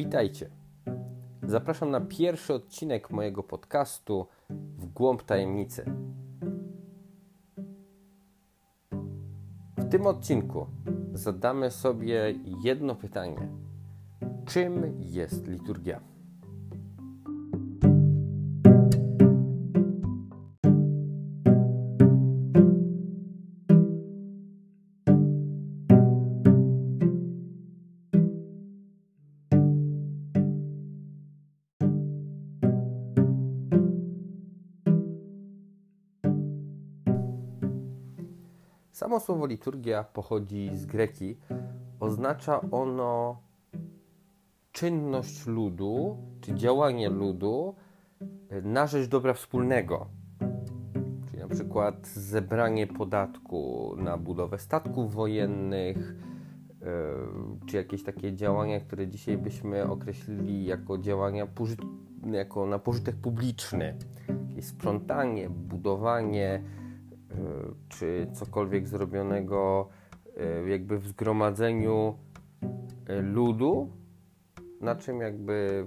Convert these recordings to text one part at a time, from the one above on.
Witajcie. Zapraszam na pierwszy odcinek mojego podcastu W głąb tajemnicy. W tym odcinku zadamy sobie jedno pytanie. Czym jest liturgia? Samo słowo liturgia pochodzi z greki. Oznacza ono czynność ludu, czy działanie ludu na rzecz dobra wspólnego. Czyli na przykład zebranie podatku na budowę statków wojennych, czy jakieś takie działania, które dzisiaj byśmy określili jako działania na pożytek publiczny. Jakieś sprzątanie, budowanie, czy cokolwiek zrobionego jakby w zgromadzeniu ludu, na czym jakby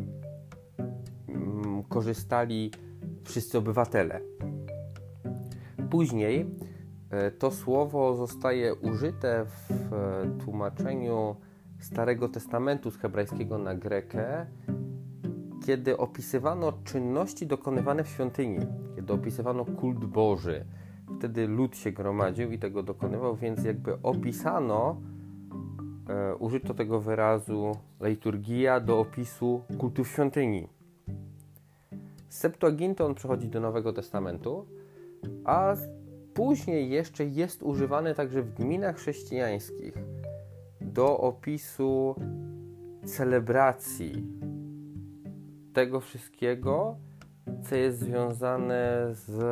korzystali wszyscy obywatele. Później to słowo zostaje użyte w tłumaczeniu Starego Testamentu z hebrajskiego na grekę, kiedy opisywano czynności dokonywane w świątyni, kiedy opisywano kult Boży. Wtedy lud się gromadził i tego dokonywał, więc jakby opisano, użyto tego wyrazu liturgia do opisu kultu w świątyni. Z Septuaginty on przechodzi do Nowego Testamentu, a później jeszcze jest używany także w gminach chrześcijańskich do opisu celebracji tego wszystkiego, co jest związane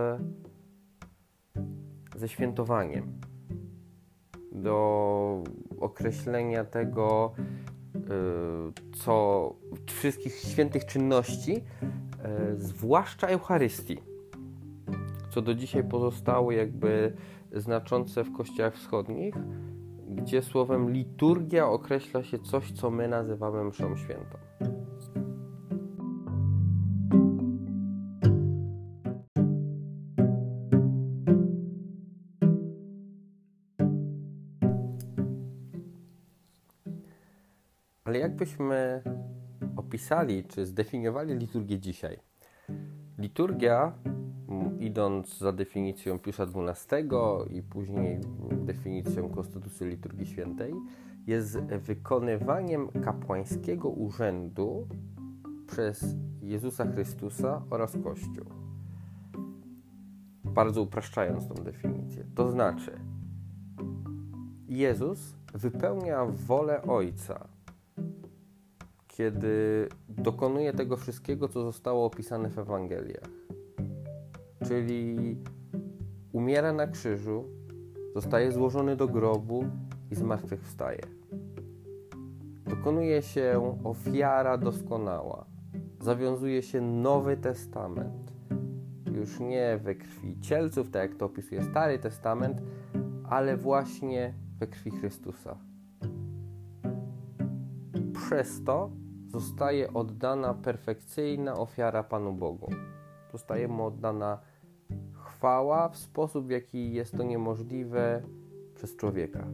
ze świętowaniem, do określenia tego, co wszystkich świętych czynności, zwłaszcza Eucharystii, co do dzisiaj pozostało jakby znaczące w kościołach wschodnich, gdzie słowem liturgia określa się coś, co my nazywamy mszą świętą. Ale jakbyśmy opisali, czy zdefiniowali liturgię dzisiaj? Liturgia, idąc za definicją Piusa XII i później definicją Konstytucji Liturgii Świętej, jest wykonywaniem kapłańskiego urzędu przez Jezusa Chrystusa oraz Kościół. Bardzo upraszczając tą definicję. To znaczy, Jezus wypełnia wolę Ojca, kiedy dokonuje tego wszystkiego, co zostało opisane w Ewangeliach. Czyli umiera na krzyżu, zostaje złożony do grobu i zmartwychwstaje. Dokonuje się ofiara doskonała. Zawiązuje się Nowy Testament. Już nie we krwi cielców, tak jak to opisuje Stary Testament, ale właśnie we krwi Chrystusa. Przez to zostaje oddana perfekcyjna ofiara Panu Bogu. Zostaje mu oddana chwała w sposób, w jaki jest to niemożliwe przez człowieka.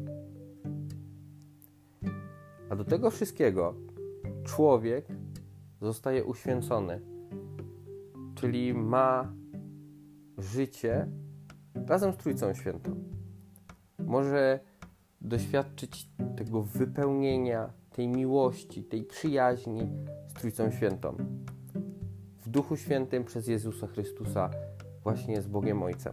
A do tego wszystkiego człowiek zostaje uświęcony, czyli ma życie razem z Trójcą Świętą. Może doświadczyć tego wypełnienia, tej miłości, tej przyjaźni z Trójcą Świętą. W Duchu Świętym przez Jezusa Chrystusa właśnie z Bogiem Ojcem.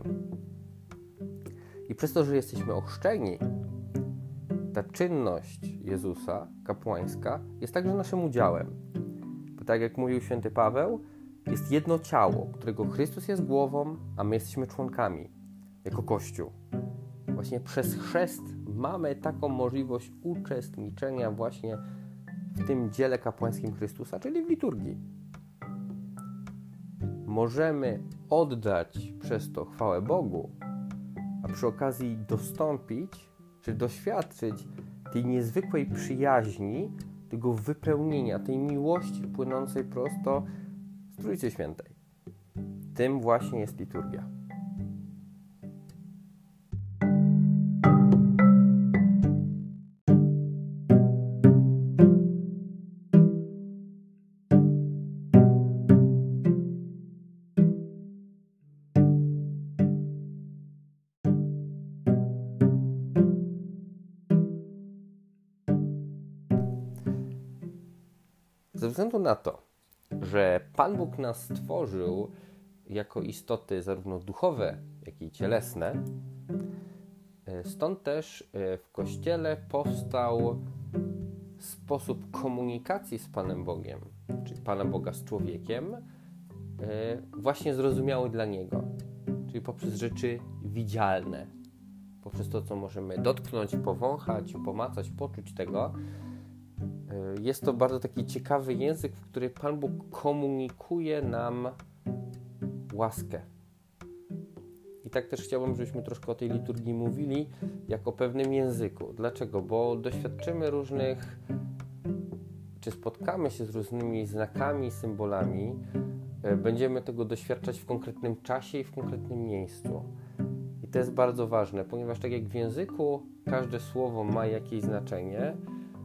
I przez to, że jesteśmy ochrzczeni, ta czynność Jezusa, kapłańska, jest także naszym udziałem. Bo tak jak mówił święty Paweł, jest jedno ciało, którego Chrystus jest głową, a my jesteśmy członkami, jako Kościół. Właśnie przez chrzest mamy taką możliwość uczestniczenia właśnie w tym dziele kapłańskim Chrystusa, czyli w liturgii. Możemy oddać przez to chwałę Bogu, a przy okazji dostąpić, czy doświadczyć tej niezwykłej przyjaźni tego wypełnienia, tej miłości płynącej prosto z Trójcy Świętej. Tym właśnie jest liturgia. Ze względu na to, że Pan Bóg nas stworzył jako istoty zarówno duchowe, jak i cielesne, stąd też w Kościele powstał sposób komunikacji z Panem Bogiem, czyli Pana Boga z człowiekiem, właśnie zrozumiały dla Niego, czyli poprzez rzeczy widzialne, poprzez to, co możemy dotknąć, powąchać, pomacać, poczuć tego. Jest to bardzo taki ciekawy język, w którym Pan Bóg komunikuje nam łaskę. I tak też chciałbym, żebyśmy troszkę o tej liturgii mówili, jak o pewnym języku. Dlaczego? Bo doświadczymy różnych, czy spotkamy się z różnymi znakami, symbolami, będziemy tego doświadczać w konkretnym czasie i w konkretnym miejscu. I to jest bardzo ważne, ponieważ tak jak w języku każde słowo ma jakieś znaczenie,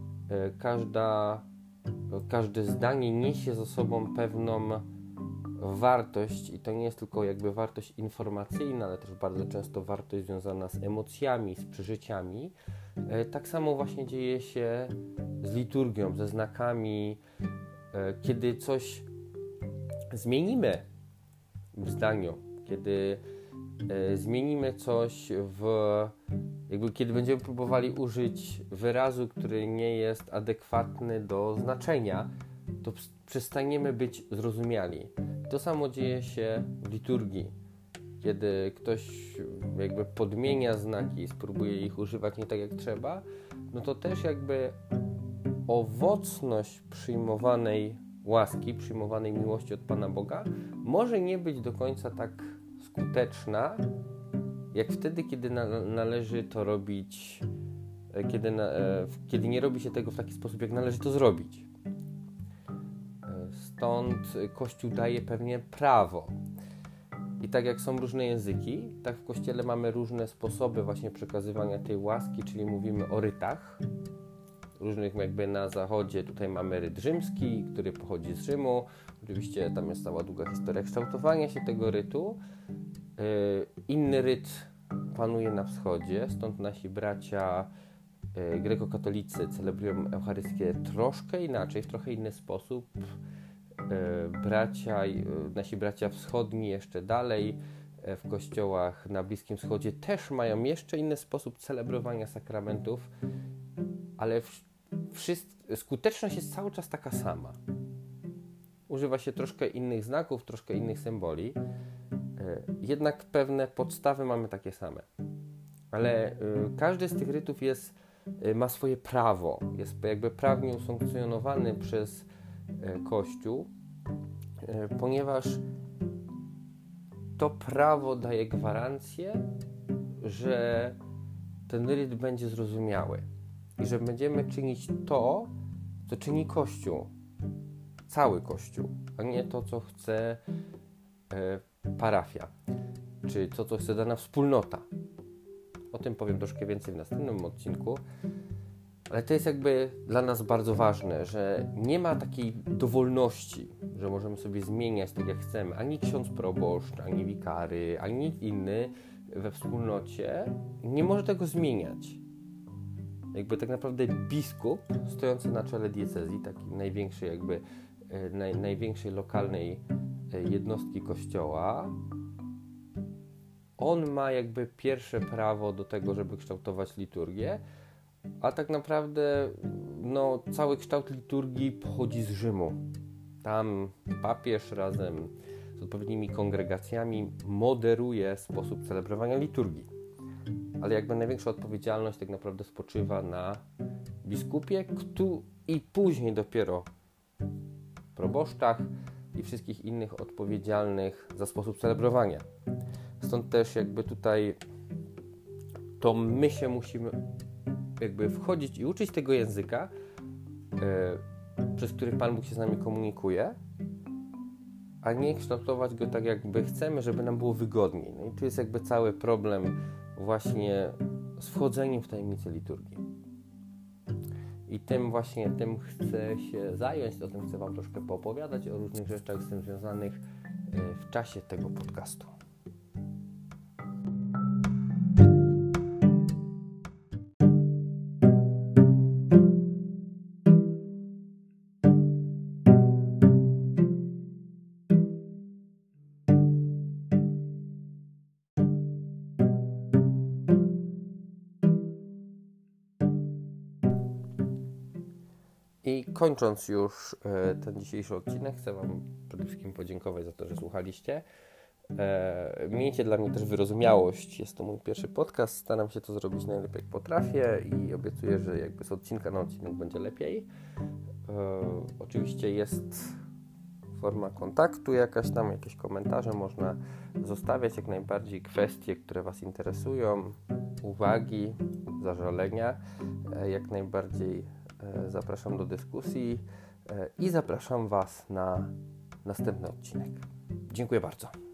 każde zdanie niesie ze sobą pewną wartość i to nie jest tylko jakby wartość informacyjna, ale też bardzo często wartość związana z emocjami, z przeżyciami. Tak samo właśnie dzieje się z liturgią, ze znakami. Kiedy coś zmienimy w zdaniu, kiedy zmienimy coś kiedy będziemy próbowali użyć wyrazu, który nie jest adekwatny do znaczenia, to przestaniemy być zrozumiali. To samo dzieje się w liturgii. Kiedy ktoś jakby podmienia znaki, spróbuje ich używać nie tak jak trzeba, no to też jakby owocność przyjmowanej łaski, przyjmowanej miłości od Pana Boga może nie być do końca tak skuteczna, jak wtedy, kiedy należy to robić, kiedy nie robi się tego w taki sposób, jak należy to zrobić. Stąd Kościół daje pewnie prawo. I tak jak są różne języki, tak w Kościele mamy różne sposoby właśnie przekazywania tej łaski, czyli mówimy o rytach. Różnych jakby na zachodzie tutaj mamy ryt rzymski, który pochodzi z Rzymu. Oczywiście tam jest cała długa historia kształtowania się tego rytu. Inny ryt panuje na wschodzie, stąd nasi bracia grekokatolicy celebrują Eucharystię troszkę inaczej, w trochę inny sposób. Nasi bracia wschodni jeszcze dalej w kościołach na Bliskim Wschodzie też mają jeszcze inny sposób celebrowania sakramentów, ale skuteczność jest cały czas taka sama. Używa się troszkę innych znaków, troszkę innych symboli, jednak pewne podstawy mamy takie same. Ale każdy z tych rytów ma swoje prawo, jest jakby prawnie usankcjonowany przez Kościół, ponieważ to prawo daje gwarancję, że ten ryt będzie zrozumiały i że będziemy czynić to, co czyni Kościół, cały Kościół, a nie to, co chce parafia, czy to, co chce dana wspólnota. O tym powiem troszkę więcej w następnym odcinku, ale to jest jakby dla nas bardzo ważne, że nie ma takiej dowolności, że możemy sobie zmieniać tak jak chcemy. Ani ksiądz proboszcz, ani wikary, ani nikt inny we wspólnocie nie może tego zmieniać. Jakby tak naprawdę biskup stojący na czele diecezji, takiej największej jakby największej lokalnej jednostki kościoła, on ma jakby pierwsze prawo do tego, żeby kształtować liturgię, a tak naprawdę cały kształt liturgii pochodzi z Rzymu. Tam papież razem z odpowiednimi kongregacjami moderuje sposób celebrowania liturgii. Ale jakby największa odpowiedzialność tak naprawdę spoczywa na biskupie i później dopiero proboszczach i wszystkich innych odpowiedzialnych za sposób celebrowania. Stąd też jakby tutaj to my się musimy jakby wchodzić i uczyć tego języka, przez których Pan Bóg się z nami komunikuje, a nie kształtować go tak, jakby chcemy, żeby nam było wygodniej. No i tu jest jakby cały problem właśnie z wchodzeniem w tajemnicę liturgii. I tym chcę się zająć, o tym chcę Wam troszkę poopowiadać, o różnych rzeczach z tym związanych w czasie tego podcastu. I kończąc już ten dzisiejszy odcinek, chcę Wam przede wszystkim podziękować za to, że słuchaliście. Miejcie dla mnie też wyrozumiałość. Jest to mój pierwszy podcast. Staram się to zrobić najlepiej jak potrafię i obiecuję, że jakby z odcinka na odcinek będzie lepiej. Oczywiście jest forma kontaktu jakaś tam, jakieś komentarze można zostawiać, jak najbardziej kwestie, które Was interesują, uwagi, zażalenia. Jak najbardziej zapraszam do dyskusji i zapraszam Was na następny odcinek. Dziękuję bardzo.